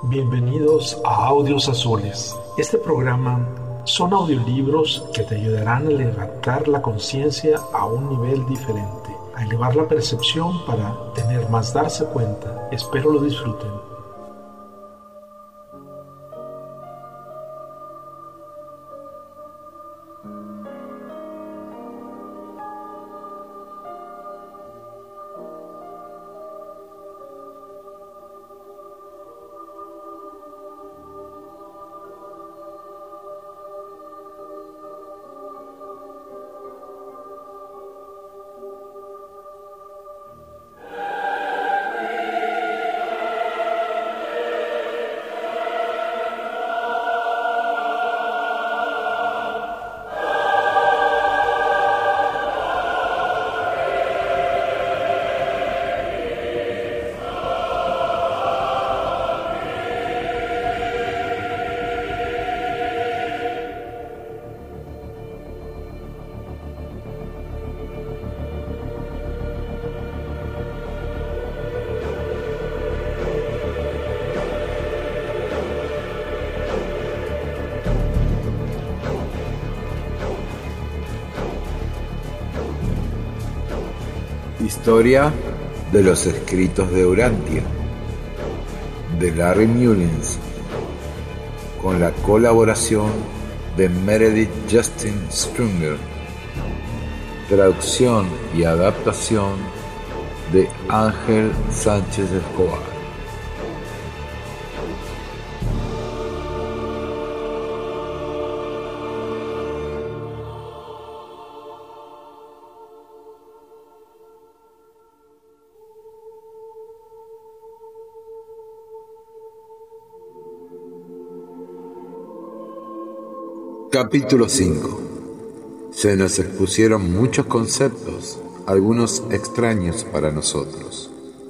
Bienvenidos a Audios Azules. Este programa son audiolibros que te ayudarán a levantar la conciencia a un nivel diferente, a elevar la percepción para tener más darse cuenta. Espero lo disfruten. Historia de los escritos de Urantia, de Larry Mullins, con la colaboración de Meredith Justin Strunger, traducción y adaptación de Ángel Sánchez Escobar. Capítulo 5. Se nos expusieron muchos conceptos, algunos extraños para nosotros.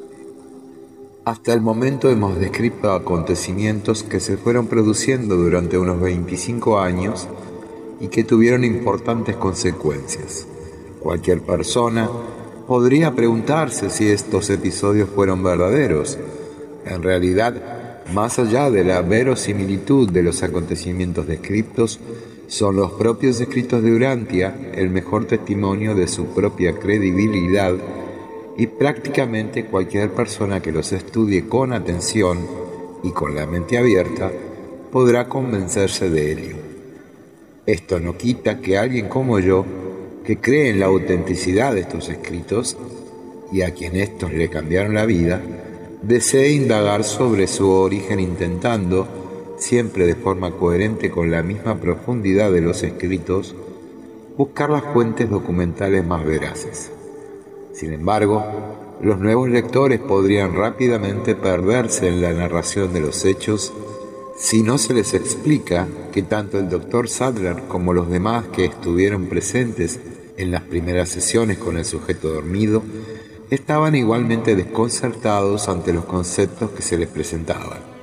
Hasta el momento hemos descrito acontecimientos que se fueron produciendo durante unos 25 años y que tuvieron importantes consecuencias. Cualquier persona podría preguntarse si estos episodios fueron verdaderos. En realidad, más allá de la verosimilitud de los acontecimientos descritos, son los propios escritos de Urantia el mejor testimonio de su propia credibilidad, y prácticamente cualquier persona que los estudie con atención y con la mente abierta podrá convencerse de ello. Esto no quita que alguien como yo, que cree en la autenticidad de estos escritos y a quien estos le cambiaron la vida, desee indagar sobre su origen intentando, siempre de forma coherente con la misma profundidad de los escritos, buscar las fuentes documentales más veraces. Sin embargo, los nuevos lectores podrían rápidamente perderse en la narración de los hechos si no se les explica que tanto el Dr. Sadler como los demás que estuvieron presentes en las primeras sesiones con el sujeto dormido estaban igualmente desconcertados ante los conceptos que se les presentaban.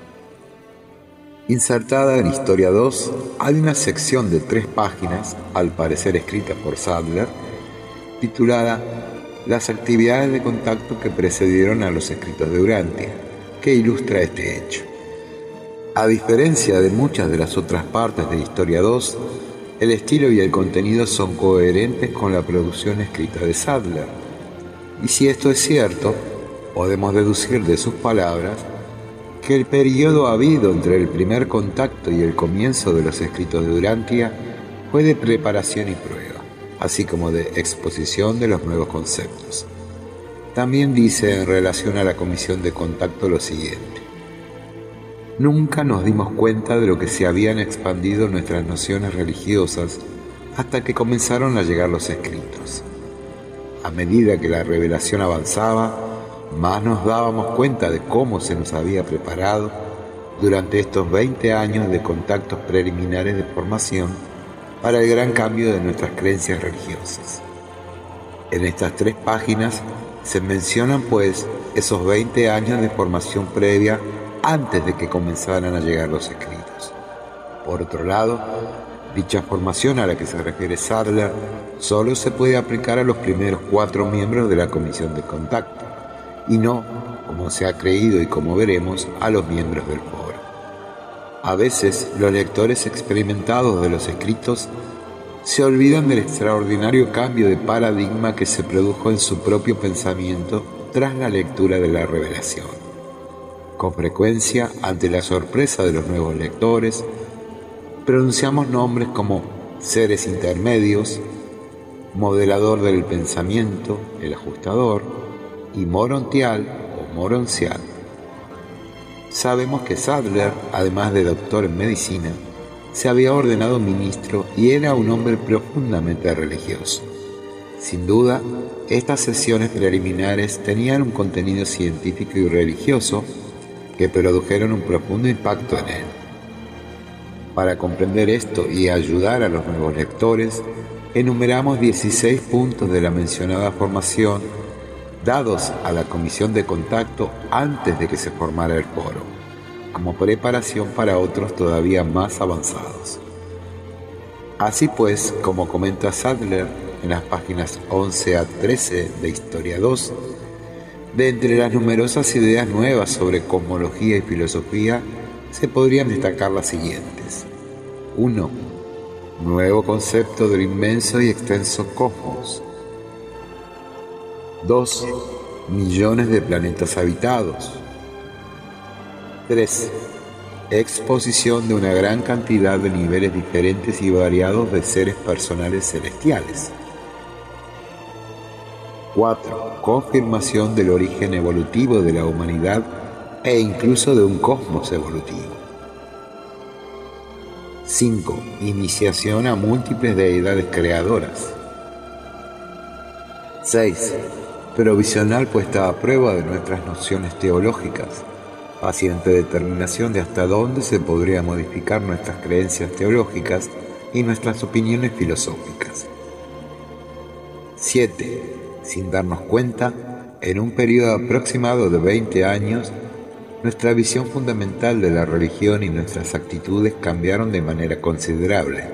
Insertada en Historia 2 hay una sección de 3 páginas, al parecer escrita por Sadler, titulada Las actividades de contacto que precedieron a los escritos de Urantia, que ilustra este hecho. A diferencia de muchas de las otras partes de Historia 2, el estilo y el contenido son coherentes con la producción escrita de Sadler. Y si esto es cierto, podemos deducir de sus palabras que el periodo habido entre el primer contacto y el comienzo de los escritos de Urantia fue de preparación y prueba, así como de exposición de los nuevos conceptos. También dice en relación a la comisión de contacto lo siguiente: nunca nos dimos cuenta de lo que se habían expandido nuestras nociones religiosas hasta que comenzaron a llegar los escritos. A medida que la revelación avanzaba, más nos dábamos cuenta de cómo se nos había preparado durante estos 20 años de contactos preliminares de formación para el gran cambio de nuestras creencias religiosas. En estas 3 páginas se mencionan, pues, esos 20 años de formación previa antes de que comenzaran a llegar los escritos. Por otro lado, dicha formación a la que se refiere Sadler solo se puede aplicar a los primeros 4 miembros de la comisión de contacto, y no, como se ha creído y como veremos, a los miembros del foro. A veces, los lectores experimentados de los escritos se olvidan del extraordinario cambio de paradigma que se produjo en su propio pensamiento tras la lectura de la revelación. Con frecuencia, ante la sorpresa de los nuevos lectores, pronunciamos nombres como seres intermedios, modelador del pensamiento, el ajustador, y morontial o moroncial. Sabemos que Sadler, además de doctor en medicina, se había ordenado ministro y era un hombre profundamente religioso. Sin duda, estas sesiones preliminares tenían un contenido científico y religioso que produjeron un profundo impacto en él. Para comprender esto y ayudar a los nuevos lectores, enumeramos 16 puntos de la mencionada formación dados a la comisión de contacto antes de que se formara el foro, como preparación para otros todavía más avanzados. Así pues, como comenta Sadler en las páginas 11 a 13 de Historia 2, de entre las numerosas ideas nuevas sobre cosmología y filosofía, se podrían destacar las siguientes. 1. Nuevo concepto del inmenso y extenso cosmos. 2. Millones de planetas habitados. 3. Exposición de una gran cantidad de niveles diferentes y variados de seres personales celestiales. 4. Confirmación del origen evolutivo de la humanidad e incluso de un cosmos evolutivo. 5. Iniciación a múltiples deidades creadoras. 6. Provisional puesta a prueba de nuestras nociones teológicas, paciente determinación de hasta dónde se podría modificar nuestras creencias teológicas y nuestras opiniones filosóficas. 7. Sin darnos cuenta, en un periodo aproximado de 20 años, nuestra visión fundamental de la religión y nuestras actitudes cambiaron de manera considerable.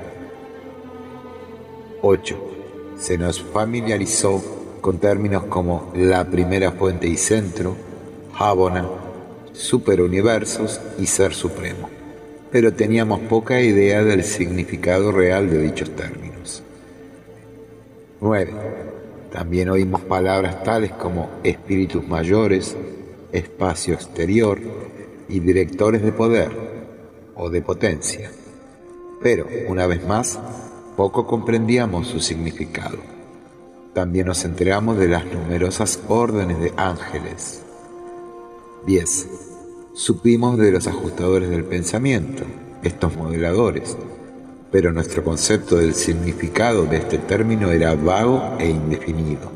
8. Se nos familiarizó con términos como la primera fuente y centro, Habona, superuniversos y ser supremo, pero teníamos poca idea del significado real de dichos términos. 9. También oímos palabras tales como espíritus mayores, espacio exterior y directores de poder o de potencia, pero, una vez más, poco comprendíamos su significado. También nos enteramos de las numerosas órdenes de ángeles. 10. Supimos de los ajustadores del pensamiento, estos modeladores, pero nuestro concepto del significado de este término era vago e indefinido.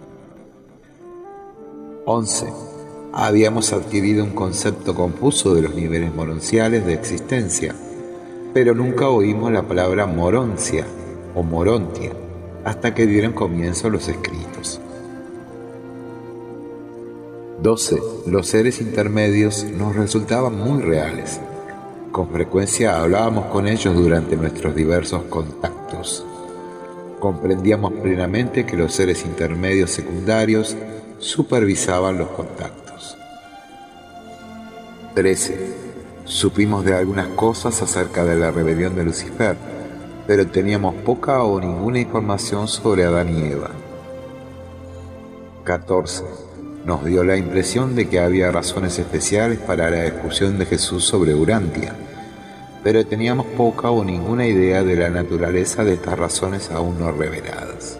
11. Habíamos adquirido un concepto confuso de los niveles moronciales de existencia, pero nunca oímos la palabra moroncia o morontia hasta que dieron comienzo los escritos. 12. Los seres intermedios nos resultaban muy reales. Con frecuencia hablábamos con ellos durante nuestros diversos contactos. Comprendíamos plenamente que los seres intermedios secundarios supervisaban los contactos. 13. Supimos de algunas cosas acerca de la rebelión de Lucifer, pero teníamos poca o ninguna información sobre Adán y Eva. 14. Nos dio la impresión de que había razones especiales para la ejecución de Jesús sobre Urantia, pero teníamos poca o ninguna idea de la naturaleza de estas razones aún no reveladas.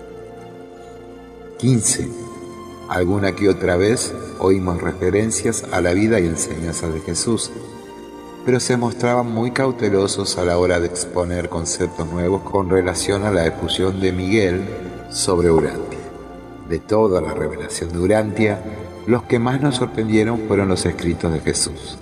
15. Alguna que otra vez oímos referencias a la vida y enseñanzas de Jesús, pero se mostraban muy cautelosos a la hora de exponer conceptos nuevos con relación a la efusión de Miguel sobre Urantia. De toda la revelación de Urantia, los que más nos sorprendieron fueron los escritos de Jesús.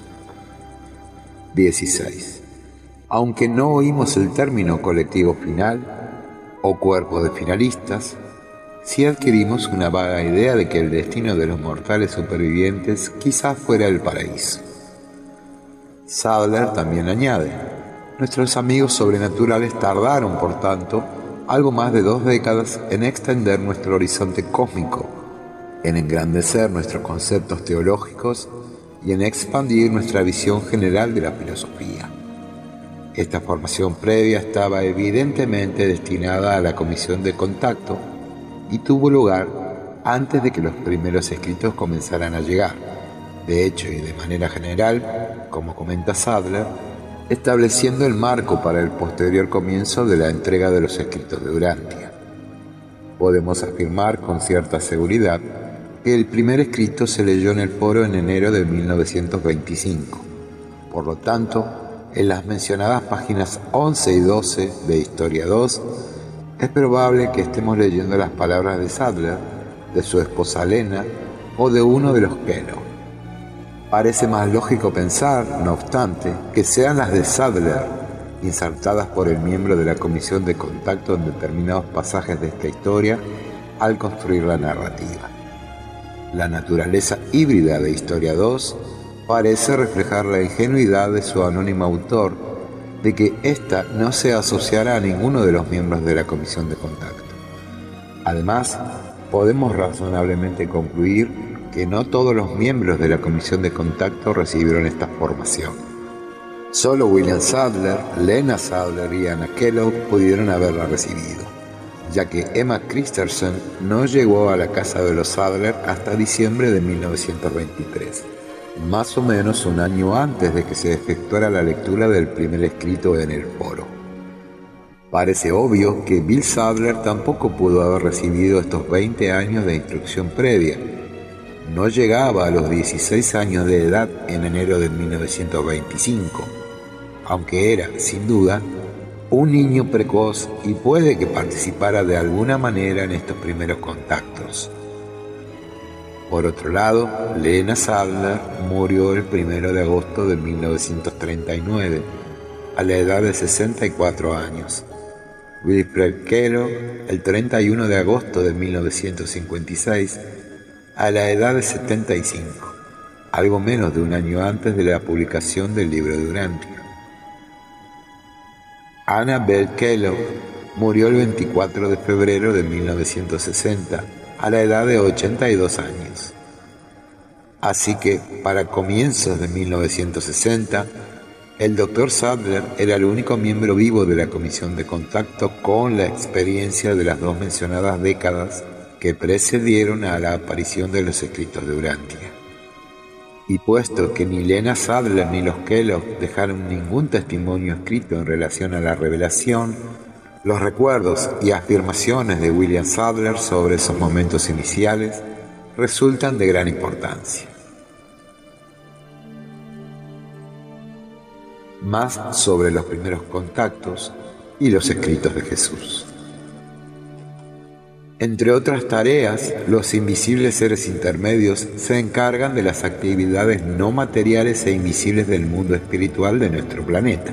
16. Aunque no oímos el término colectivo final o cuerpo de finalistas, sí adquirimos una vaga idea de que el destino de los mortales supervivientes quizás fuera el paraíso. Sadler también añade: nuestros amigos sobrenaturales tardaron, por tanto, algo más de 2 décadas en extender nuestro horizonte cósmico, en engrandecer nuestros conceptos teológicos y en expandir nuestra visión general de la filosofía. Esta formación previa estaba evidentemente destinada a la comisión de contacto y tuvo lugar antes de que los primeros escritos comenzaran a llegar. De hecho, y de manera general, como comenta Sadler, estableciendo el marco para el posterior comienzo de la entrega de los escritos de Urantia. Podemos afirmar con cierta seguridad que el primer escrito se leyó en el foro en enero de 1925. Por lo tanto, en las mencionadas páginas 11 y 12 de Historia 2, es probable que estemos leyendo las palabras de Sadler, de su esposa Lena o de uno de los Kellogg. Parece más lógico pensar, no obstante, que sean las de Sadler, insertadas por el miembro de la comisión de contacto en determinados pasajes de esta historia al construir la narrativa. La naturaleza híbrida de Historia 2 parece reflejar la ingenuidad de su anónimo autor de que ésta no se asociara a ninguno de los miembros de la comisión de contacto. Además, podemos razonablemente concluir que no todos los miembros de la comisión de contacto recibieron esta formación. Solo William Sadler, Lena Sadler y Anna Kellogg pudieron haberla recibido, ya que Emma Christensen no llegó a la casa de los Sadler hasta diciembre de 1923, más o menos un año antes de que se efectuara la lectura del primer escrito en el foro. Parece obvio que Bill Sadler tampoco pudo haber recibido estos 20 años de instrucción previa. No llegaba a los 16 años de edad en enero de 1925, aunque era, sin duda, un niño precoz y puede que participara de alguna manera en estos primeros contactos. Por otro lado, Lena Sadler murió el 1 de agosto de 1939, a la edad de 64 años. Wilfred Kellogg, el 31 de agosto de 1956, a la edad de 75, algo menos de un año antes de la publicación del libro de Urantia. Annabel Kellogg murió el 24 de febrero de 1960, a la edad de 82 años. Así que, para comienzos de 1960, el Dr. Sadler era el único miembro vivo de la comisión de contacto con la experiencia de las dos mencionadas décadas que precedieron a la aparición de los escritos de Urantia. Y puesto que ni Lena Sadler ni los Kellogg dejaron ningún testimonio escrito en relación a la revelación, los recuerdos y afirmaciones de William Sadler sobre esos momentos iniciales resultan de gran importancia. Más sobre los primeros contactos y los escritos de Jesús. Entre otras tareas, los invisibles seres intermedios se encargan de las actividades no materiales e invisibles del mundo espiritual de nuestro planeta.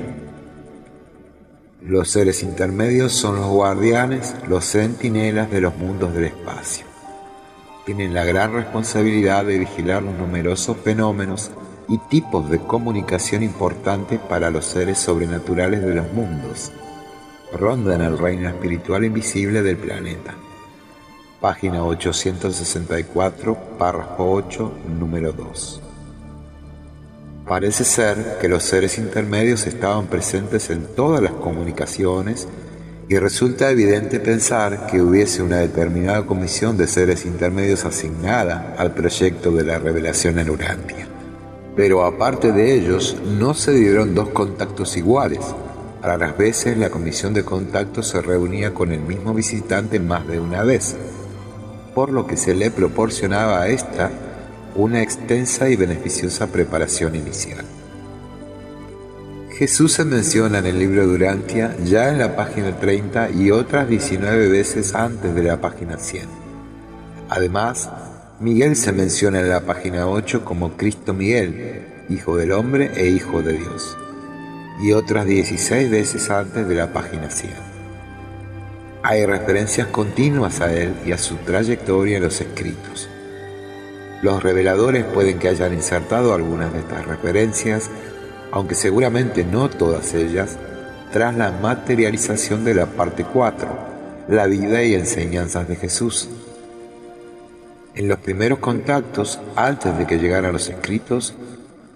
Los seres intermedios son los guardianes, los centinelas de los mundos del espacio. Tienen la gran responsabilidad de vigilar los numerosos fenómenos y tipos de comunicación importantes para los seres sobrenaturales de los mundos. Rondan el reino espiritual invisible del planeta. Página 864, párrafo 8, número 2. Parece ser que los seres intermedios estaban presentes en todas las comunicaciones y resulta evidente pensar que hubiese una determinada comisión de seres intermedios asignada al proyecto de la revelación en Urantia. Pero aparte de ellos, no se dieron dos contactos iguales. Raras veces la comisión de contacto se reunía con el mismo visitante más de una vez, por lo que se le proporcionaba a ésta una extensa y beneficiosa preparación inicial. Jesús se menciona en el libro de Urantia ya en la página 30 y otras 19 veces antes de la página 100. Además, Miguel se menciona en la página 8 como Cristo Miguel, Hijo del Hombre e Hijo de Dios, y otras 16 veces antes de la página 100. Hay referencias continuas a él y a su trayectoria en los escritos. Los reveladores pueden que hayan insertado algunas de estas referencias, aunque seguramente no todas ellas, tras la materialización de la parte 4, la vida y enseñanzas de Jesús. En los primeros contactos, antes de que llegaran los escritos,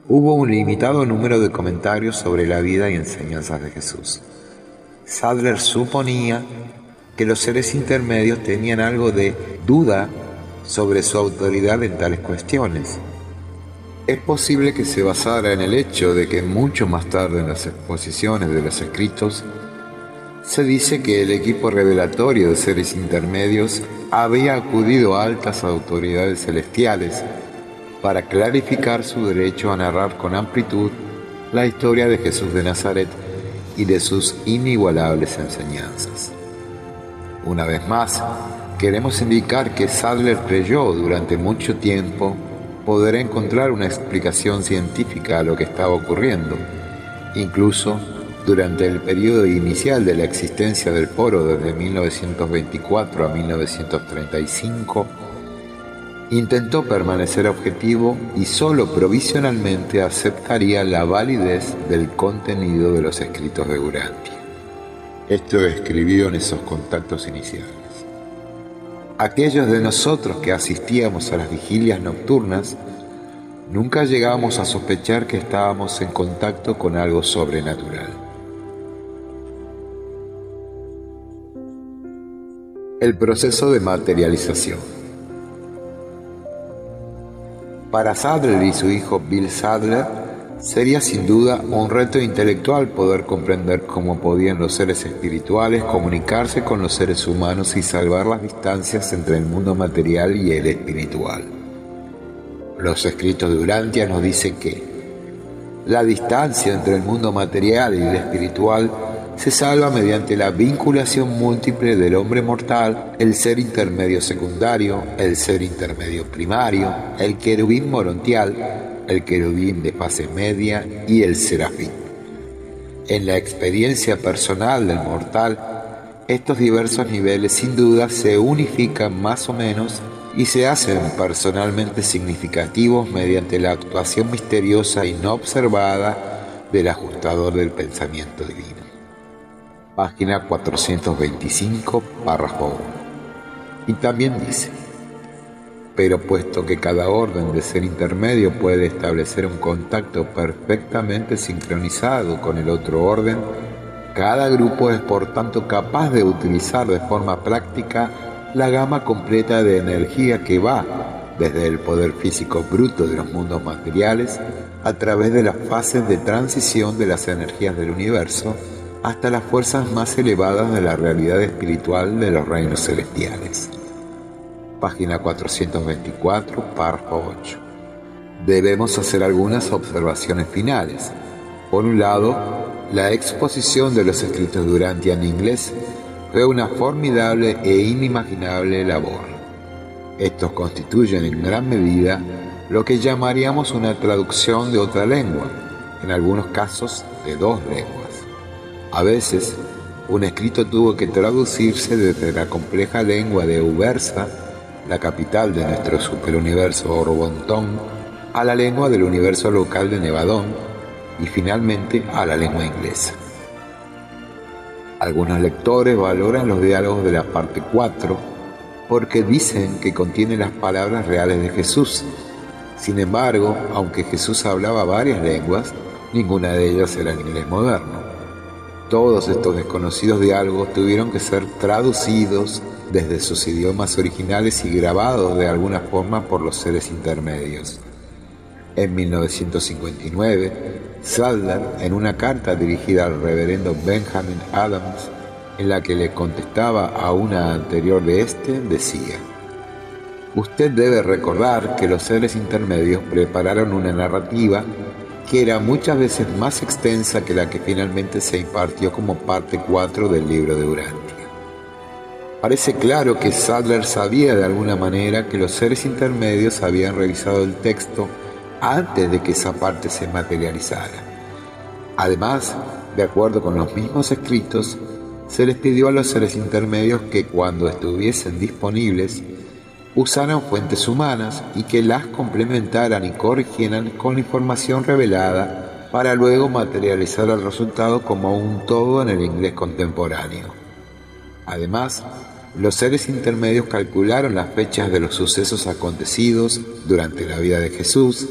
hubo un limitado número de comentarios sobre la vida y enseñanzas de Jesús. Sadler suponía que los seres intermedios tenían algo de duda sobre su autoridad en tales cuestiones. Es posible que se basara en el hecho de que mucho más tarde en las exposiciones de los escritos se dice que el equipo revelatorio de seres intermedios había acudido a altas autoridades celestiales para clarificar su derecho a narrar con amplitud la historia de Jesús de Nazaret y de sus inigualables enseñanzas. Una vez más, queremos indicar que Sadler creyó durante mucho tiempo poder encontrar una explicación científica a lo que estaba ocurriendo. Incluso durante el periodo inicial de la existencia del foro, desde 1924 a 1935, intentó permanecer objetivo y solo provisionalmente aceptaría la validez del contenido de los escritos de Urantia. Esto escribió en esos contactos iniciales. Aquellos de nosotros que asistíamos a las vigilias nocturnas nunca llegábamos a sospechar que estábamos en contacto con algo sobrenatural. El proceso de materialización. Para Sadler y su hijo Bill Sadler, sería sin duda un reto intelectual poder comprender cómo podían los seres espirituales comunicarse con los seres humanos y salvar las distancias entre el mundo material y el espiritual. Los escritos de Urantia nos dicen que la distancia entre el mundo material y el espiritual se salva mediante la vinculación múltiple del hombre mortal, el ser intermedio secundario, el ser intermedio primario, el querubín morontial, el querubín de fase media y el serafín. En la experiencia personal del mortal, estos diversos niveles sin duda se unifican más o menos y se hacen personalmente significativos mediante la actuación misteriosa y no observada del ajustador del pensamiento divino. Página 425, párrafo 1. Y también dice: pero puesto que cada orden de ser intermedio puede establecer un contacto perfectamente sincronizado con el otro orden, cada grupo es por tanto capaz de utilizar de forma práctica la gama completa de energía que va desde el poder físico bruto de los mundos materiales a través de las fases de transición de las energías del universo hasta las fuerzas más elevadas de la realidad espiritual de los reinos celestiales. Página 424, párrafo 8. Debemos hacer algunas observaciones finales. Por un lado, la exposición de los escritos de Urantia en inglés fue una formidable e inimaginable labor. Estos constituyen en gran medida lo que llamaríamos una traducción de otra lengua, en algunos casos de dos lenguas. A veces, un escrito tuvo que traducirse desde la compleja lengua de Ubersa, la capital de nuestro superuniverso Orbontón, a la lengua del universo local de Nevadón y finalmente a la lengua inglesa. Algunos lectores valoran los diálogos de la parte 4 porque dicen que contiene las palabras reales de Jesús. Sin embargo, aunque Jesús hablaba varias lenguas, ninguna de ellas era en inglés moderno. Todos estos desconocidos diálogos tuvieron que ser traducidos desde sus idiomas originales y grabados de alguna forma por los seres intermedios. En 1959, Sadler, en una carta dirigida al reverendo Benjamin Adams, en la que le contestaba a una anterior de este, decía: usted debe recordar que los seres intermedios prepararon una narrativa que era muchas veces más extensa que la que finalmente se impartió como parte 4 del libro de Urantia. Parece claro que Sadler sabía de alguna manera que los seres intermedios habían revisado el texto antes de que esa parte se materializara. Además, de acuerdo con los mismos escritos, se les pidió a los seres intermedios que cuando estuviesen disponibles usaran fuentes humanas y que las complementaran y corrigieran con la información revelada para luego materializar el resultado como un todo en el inglés contemporáneo. Además, los seres intermedios calcularon las fechas de los sucesos acontecidos durante la vida de Jesús,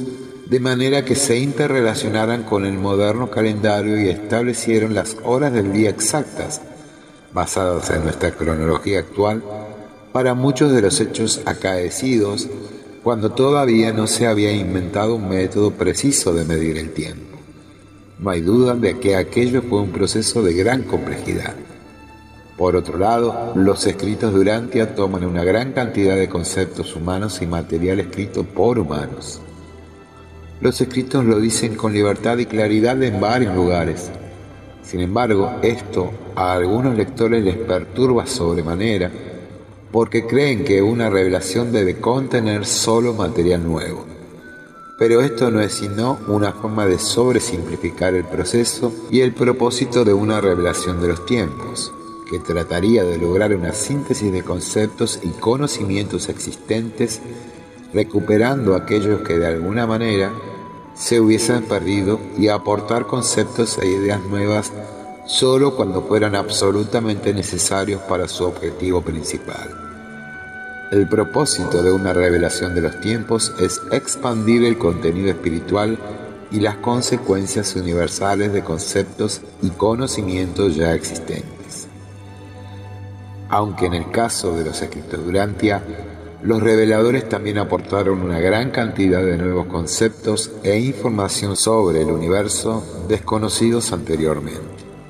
de manera que se interrelacionaran con el moderno calendario y establecieron las horas del día exactas, basadas en nuestra cronología actual, para muchos de los hechos acaecidos cuando todavía no se había inventado un método preciso de medir el tiempo. No hay duda de que aquello fue un proceso de gran complejidad. Por otro lado, los escritos de Urantia toman una gran cantidad de conceptos humanos y material escrito por humanos. Los escritos lo dicen con libertad y claridad en varios lugares. Sin embargo, esto a algunos lectores les perturba sobremanera, porque creen que una revelación debe contener solo material nuevo. Pero esto no es sino una forma de sobresimplificar el proceso y el propósito de una revelación de los tiempos, que trataría de lograr una síntesis de conceptos y conocimientos existentes, recuperando aquellos que de alguna manera se hubiesen perdido y aportar conceptos e ideas nuevas solo cuando fueran absolutamente necesarios para su objetivo principal. El propósito de una revelación de los tiempos es expandir el contenido espiritual y las consecuencias universales de conceptos y conocimientos ya existentes. Aunque en el caso de los escritos de Urantia, los reveladores también aportaron una gran cantidad de nuevos conceptos e información sobre el universo desconocidos anteriormente.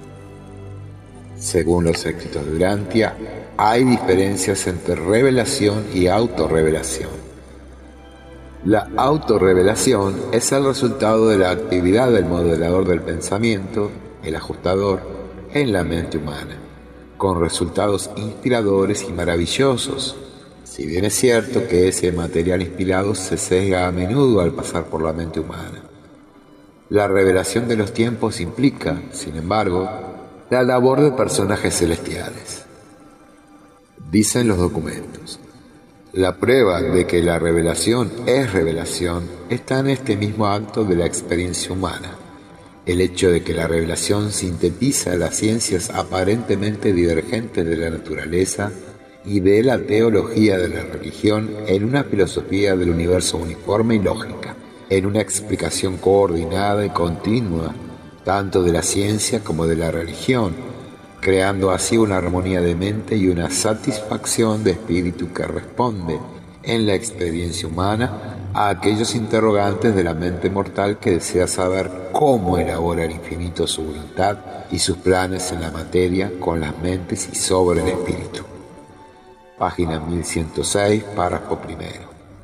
Según los escritos de Urantia, hay diferencias entre revelación y autorrevelación. La autorrevelación es el resultado de la actividad del modelador del pensamiento, el ajustador, en la mente humana, con resultados inspiradores y maravillosos. Si bien es cierto que ese material inspirado se sesga a menudo al pasar por la mente humana. La revelación de los tiempos implica, sin embargo, la labor de personajes celestiales. Dicen los documentos: la prueba de que la revelación es revelación está en este mismo acto de la experiencia humana. El hecho de que la revelación sintetiza las ciencias aparentemente divergentes de la naturaleza y de la teología de la religión en una filosofía del universo uniforme y lógica, en una explicación coordinada y continua, tanto de la ciencia como de la religión, creando así una armonía de mente y una satisfacción de espíritu que responde, en la experiencia humana, a aquellos interrogantes de la mente mortal que desea saber cómo elabora el infinito su voluntad y sus planes en la materia con las mentes y sobre el espíritu. Página 1106, párrafo primero.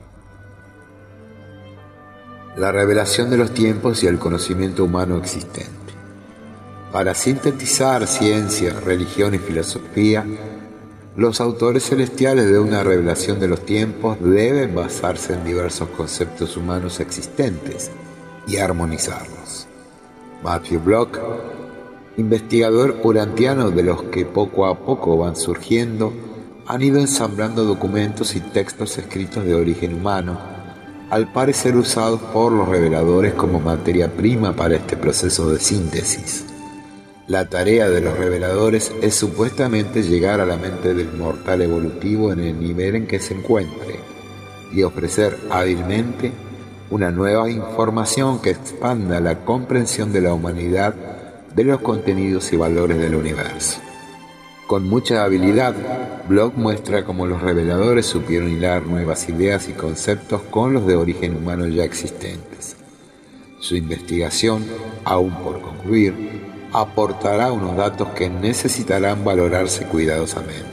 La revelación de los tiempos y el conocimiento humano existente. Para sintetizar ciencia, religión y filosofía, los autores celestiales de una revelación de los tiempos deben basarse en diversos conceptos humanos existentes y armonizarlos. Matthew Block, investigador urantiano de los que poco a poco van surgiendo, han ido ensamblando documentos y textos escritos de origen humano, al parecer usados por los reveladores como materia prima para este proceso de síntesis. La tarea de los reveladores es supuestamente llegar a la mente del mortal evolutivo en el nivel en que se encuentre y ofrecer hábilmente una nueva información que expanda la comprensión de la humanidad de los contenidos y valores del universo. Con mucha habilidad, Block muestra cómo los reveladores supieron hilar nuevas ideas y conceptos con los de origen humano ya existentes. Su investigación, aún por concluir, aportará unos datos que necesitarán valorarse cuidadosamente.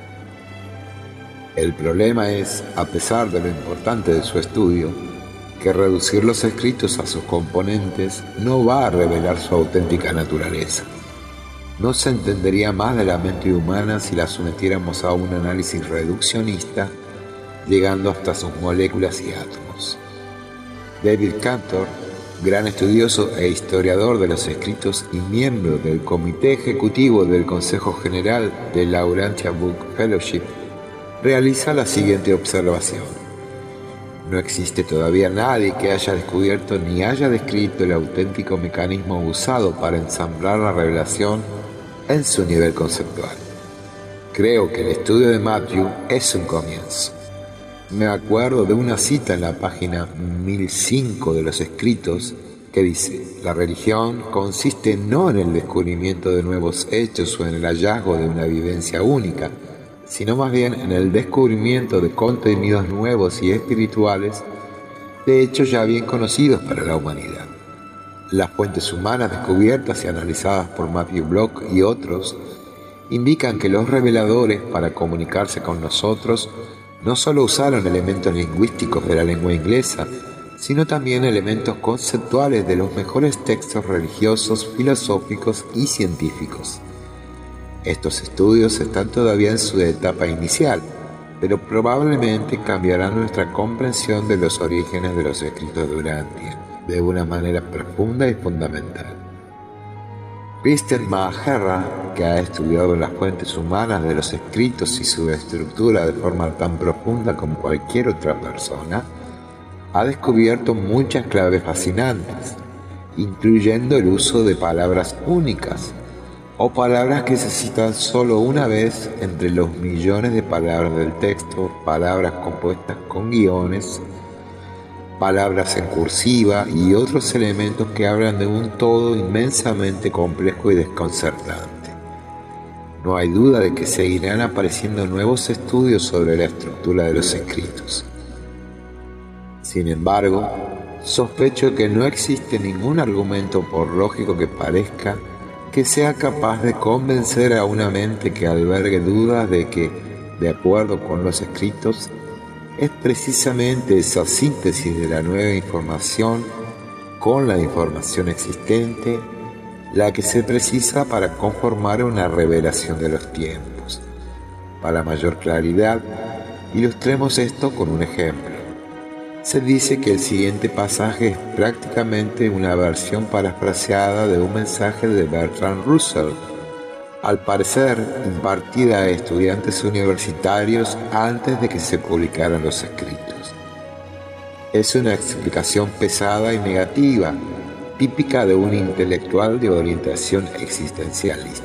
El problema es, a pesar de lo importante de su estudio, que reducir los escritos a sus componentes no va a revelar su auténtica naturaleza. No se entendería más de la mente humana si la sometiéramos a un análisis reduccionista, llegando hasta sus moléculas y átomos. David Cantor, gran estudioso e historiador de los escritos y miembro del Comité Ejecutivo del Consejo General de la Urantia Book Fellowship, realiza la siguiente observación: no existe todavía nadie que haya descubierto ni haya descrito el auténtico mecanismo usado para ensamblar la revelación en su nivel conceptual. Creo que el estudio de Matthew es un comienzo. me acuerdo de una cita en la página 1005 de los escritos que dice: la religión consiste no en el descubrimiento de nuevos hechos o en el hallazgo de una vivencia única, sino más bien en el descubrimiento de contenidos nuevos y espirituales de hechos ya bien conocidos para la humanidad. Las fuentes humanas descubiertas y analizadas por Matthew Block y otros indican que los reveladores, para comunicarse con nosotros, no solo usaron elementos lingüísticos de la lengua inglesa, sino también elementos conceptuales de los mejores textos religiosos, filosóficos y científicos. Estos estudios están todavía en su etapa inicial, pero probablemente cambiarán nuestra comprensión de los orígenes de los escritos de Urantia de una manera profunda y fundamental. Kristen Maherra, que ha estudiado las fuentes humanas de los escritos y su estructura de forma tan profunda como cualquier otra persona, ha descubierto muchas claves fascinantes, incluyendo el uso de palabras únicas o palabras que se citan solo una vez entre los millones de palabras del texto, palabras compuestas con guiones, palabras en cursiva y otros elementos que hablan de un todo inmensamente complejo y desconcertante. No hay duda de que seguirán apareciendo nuevos estudios sobre la estructura de los escritos. Sin embargo, sospecho que no existe ningún argumento, por lógico que parezca, que sea capaz de convencer a una mente que albergue dudas de que, de acuerdo con los escritos, es precisamente esa síntesis de la nueva información con la información existente la que se precisa para conformar una revelación de los tiempos. Para mayor claridad, ilustremos esto con un ejemplo. Se dice que el siguiente pasaje es prácticamente una versión parafraseada de un mensaje de Bertrand Russell, al parecer impartida a estudiantes universitarios antes de que se publicaran los escritos. Es una explicación pesada y negativa, típica de un intelectual de orientación existencialista.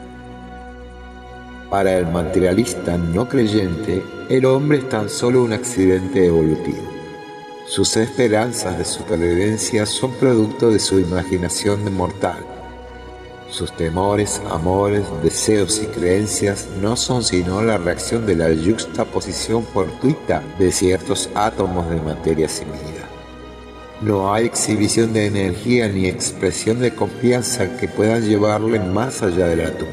Para el materialista no creyente, el hombre es tan solo un accidente evolutivo. Sus esperanzas de supervivencia son producto de su imaginación de mortal. Sus temores, amores, deseos y creencias no son sino la reacción de la yuxtaposición fortuita de ciertos átomos de materia sin vida. No hay exhibición de energía ni expresión de confianza que puedan llevarle más allá de la tumba.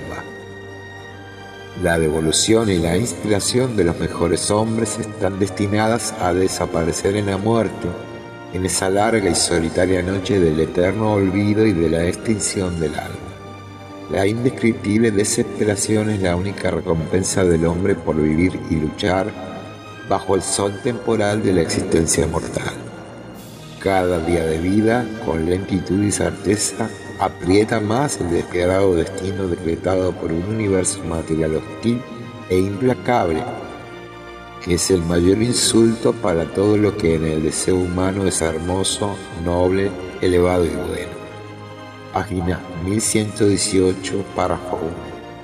La devolución y la inspiración de los mejores hombres están destinadas a desaparecer en la muerte, en esa larga y solitaria noche del eterno olvido y de la extinción del alma. La indescriptible desesperación es la única recompensa del hombre por vivir y luchar bajo el sol temporal de la existencia mortal. Cada día de vida, con lentitud y certeza, aprieta más el despiadado destino decretado por un universo material hostil e implacable, que es el mayor insulto para todo lo que en el deseo humano es hermoso, noble, elevado y bueno. Página 1118, párrafo 1.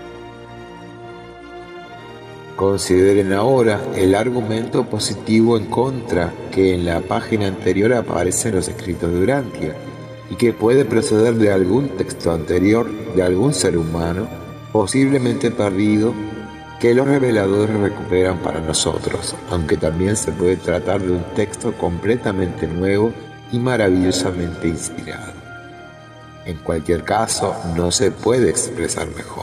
Consideren ahora el argumento positivo en contra que en la página anterior aparece en los escritos de Urantia y que puede proceder de algún texto anterior de algún ser humano, posiblemente perdido, que los reveladores recuperan para nosotros, aunque también se puede tratar de un texto completamente nuevo y maravillosamente inspirado. En cualquier caso, no se puede expresar mejor.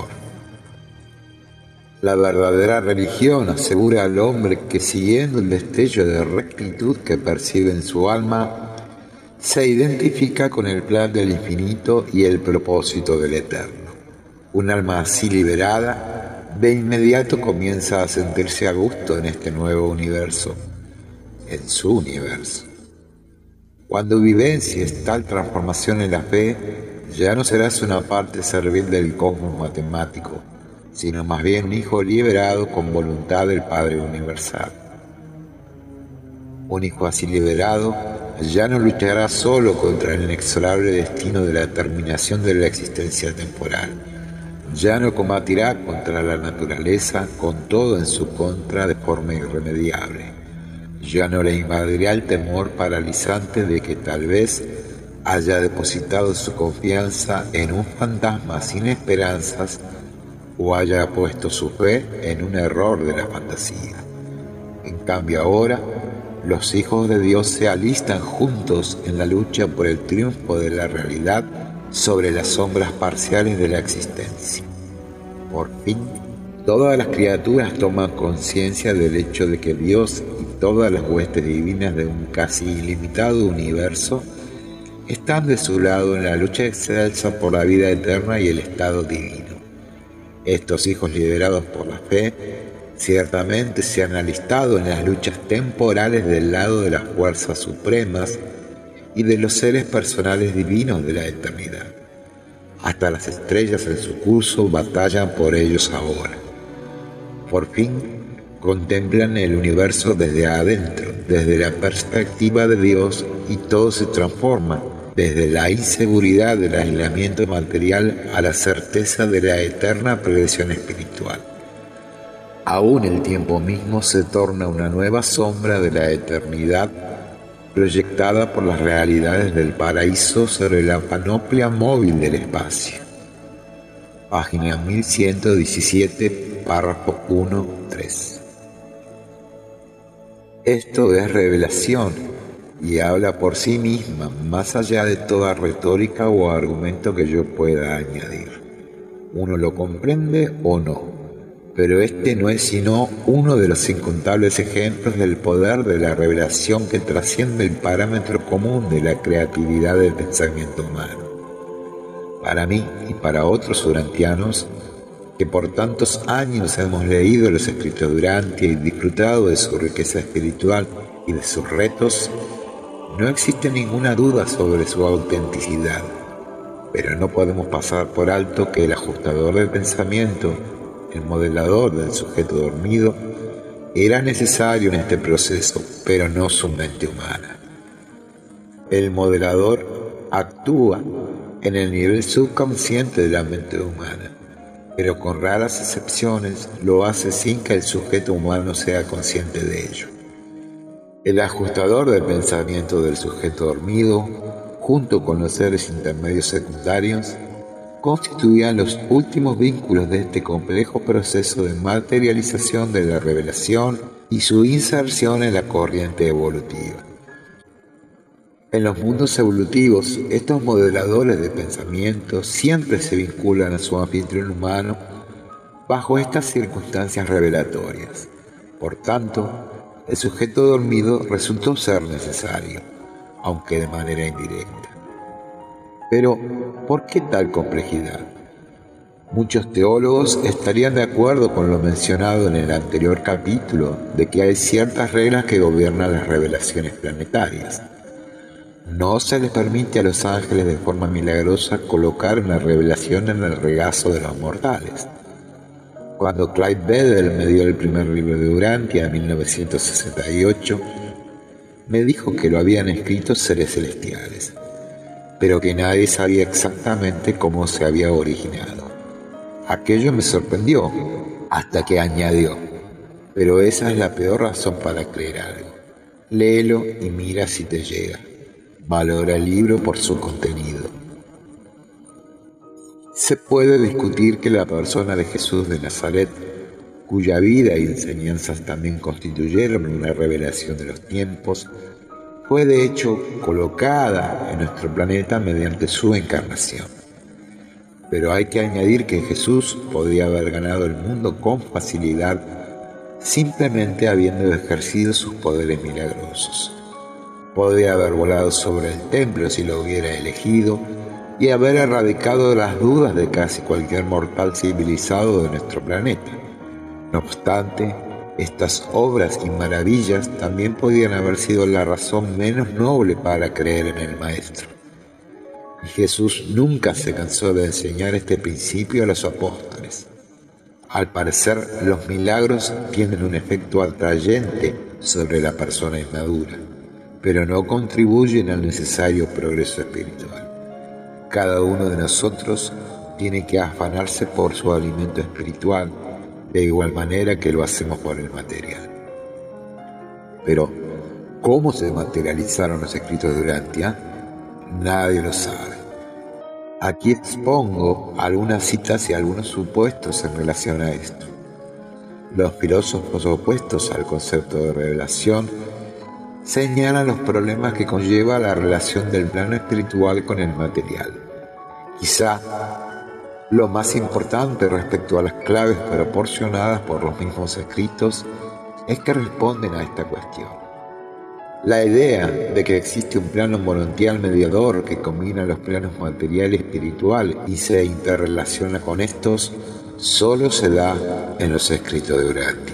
La verdadera religión asegura al hombre que, siguiendo el destello de rectitud que percibe en su alma, se identifica con el plan del infinito y el propósito del eterno. Un alma así liberada, de inmediato comienza a sentirse a gusto en este nuevo universo, en su universo. Cuando vivencies tal transformación en la fe, ya no serás una parte servil del cosmos matemático, sino más bien un hijo liberado con voluntad del Padre Universal. Un hijo así liberado ya no luchará solo contra el inexorable destino de la terminación de la existencia temporal. Ya no combatirá contra la naturaleza con todo en su contra de forma irremediable. Ya no le invadirá el temor paralizante de que tal vez haya depositado su confianza en un fantasma sin esperanzas o haya puesto su fe en un error de la fantasía. En cambio ahora, los hijos de Dios se alistan juntos en la lucha por el triunfo de la realidad sobre las sombras parciales de la existencia. Por fin, todas las criaturas toman conciencia del hecho de que Dios y todas las huestes divinas de un casi ilimitado universo están de su lado en la lucha excelsa por la vida eterna y el estado divino. Estos hijos liderados por la fe ciertamente se han alistado en las luchas temporales del lado de las fuerzas supremas y de los seres personales divinos de la eternidad. Hasta las estrellas en su curso batallan por ellos ahora. Por fin, contemplan el universo desde adentro, desde la perspectiva de Dios, y todo se transforma desde la inseguridad del aislamiento material a la certeza de la eterna progresión espiritual. Aún el tiempo mismo se torna una nueva sombra de la eternidad proyectada por las realidades del paraíso sobre la panoplia móvil del espacio. Página 1117, párrafo 1-3. Esto es revelación y habla por sí misma, más allá de toda retórica o argumento que yo pueda añadir. Uno lo comprende o no, pero este no es sino uno de los incontables ejemplos del poder de la revelación que trasciende el parámetro común de la creatividad del pensamiento humano. Para mí y para otros urantianos, que por tantos años hemos leído los escritos de Urantia y disfrutado de su riqueza espiritual y de sus retos, no existe ninguna duda sobre su autenticidad, pero no podemos pasar por alto que el ajustador del pensamiento, el modelador del sujeto dormido, era necesario en este proceso, pero no su mente humana. El modelador actúa en el nivel subconsciente de la mente humana, pero con raras excepciones lo hace sin que el sujeto humano sea consciente de ello. El ajustador del pensamiento del sujeto dormido, junto con los seres intermedios secundarios, constituían los últimos vínculos de este complejo proceso de materialización de la revelación y su inserción en la corriente evolutiva. En los mundos evolutivos, estos modeladores de pensamiento siempre se vinculan a su anfitrión humano bajo estas circunstancias revelatorias. Por tanto, el sujeto dormido resultó ser necesario, aunque de manera indirecta. Pero, ¿por qué tal complejidad? Muchos teólogos estarían de acuerdo con lo mencionado en el anterior capítulo de que hay ciertas reglas que gobiernan las revelaciones planetarias. No se les permite a los ángeles de forma milagrosa colocar una revelación en el regazo de los mortales. Cuando Clive Bedell me dio el primer libro de Urantia en 1968, me dijo que lo habían escrito seres celestiales, pero que nadie sabía exactamente cómo se había originado. Aquello me sorprendió, hasta que añadió: pero esa es la peor razón para creer algo. Léelo y mira si te llega. Valora el libro por su contenido. Se puede discutir que la persona de Jesús de Nazaret, cuya vida y enseñanzas también constituyeron una revelación de los tiempos, fue de hecho colocada en nuestro planeta mediante su encarnación. Pero hay que añadir que Jesús podría haber ganado el mundo con facilidad simplemente habiendo ejercido sus poderes milagrosos. Podría haber volado sobre el templo si lo hubiera elegido y haber erradicado las dudas de casi cualquier mortal civilizado de nuestro planeta. No obstante, estas obras y maravillas también podían haber sido la razón menos noble para creer en el Maestro. Y Jesús nunca se cansó de enseñar este principio a los apóstoles. Al parecer, los milagros tienen un efecto atrayente sobre la persona inmadura, pero no contribuyen al necesario progreso espiritual. Cada uno de nosotros tiene que afanarse por su alimento espiritual, de igual manera que lo hacemos por el material. Pero, ¿Cómo se materializaron los escritos de Urantia? Nadie lo sabe. Aquí expongo algunas citas y algunos supuestos en relación a esto. Los filósofos opuestos al concepto de revelación señalan los problemas que conlleva la relación del plano espiritual con el material. Quizá lo más importante respecto a las claves proporcionadas por los mismos escritos es que responden a esta cuestión. La idea de que existe un plano morontial mediador que combina los planos material y espiritual y se interrelaciona con estos solo se da en los escritos de Urantia.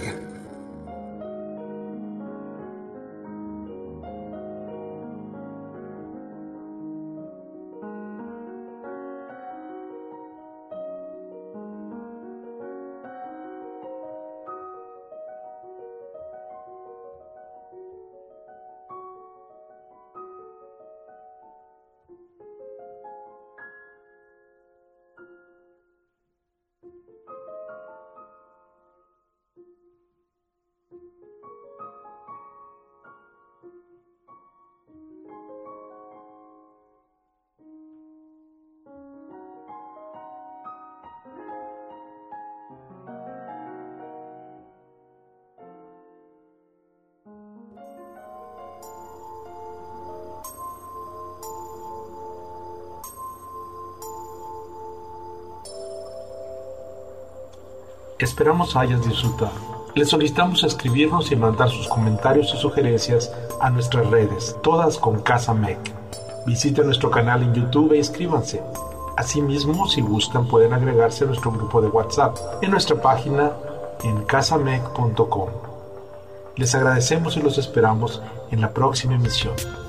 Esperamos hayas disfrutado. Les solicitamos escribirnos y mandar sus comentarios y sugerencias a nuestras redes, todas con Casa MEC. Visiten nuestro canal en YouTube e inscríbanse. Asimismo, si gustan, pueden agregarse a nuestro grupo de WhatsApp en nuestra página en casamec.com. Les agradecemos y los esperamos en la próxima emisión.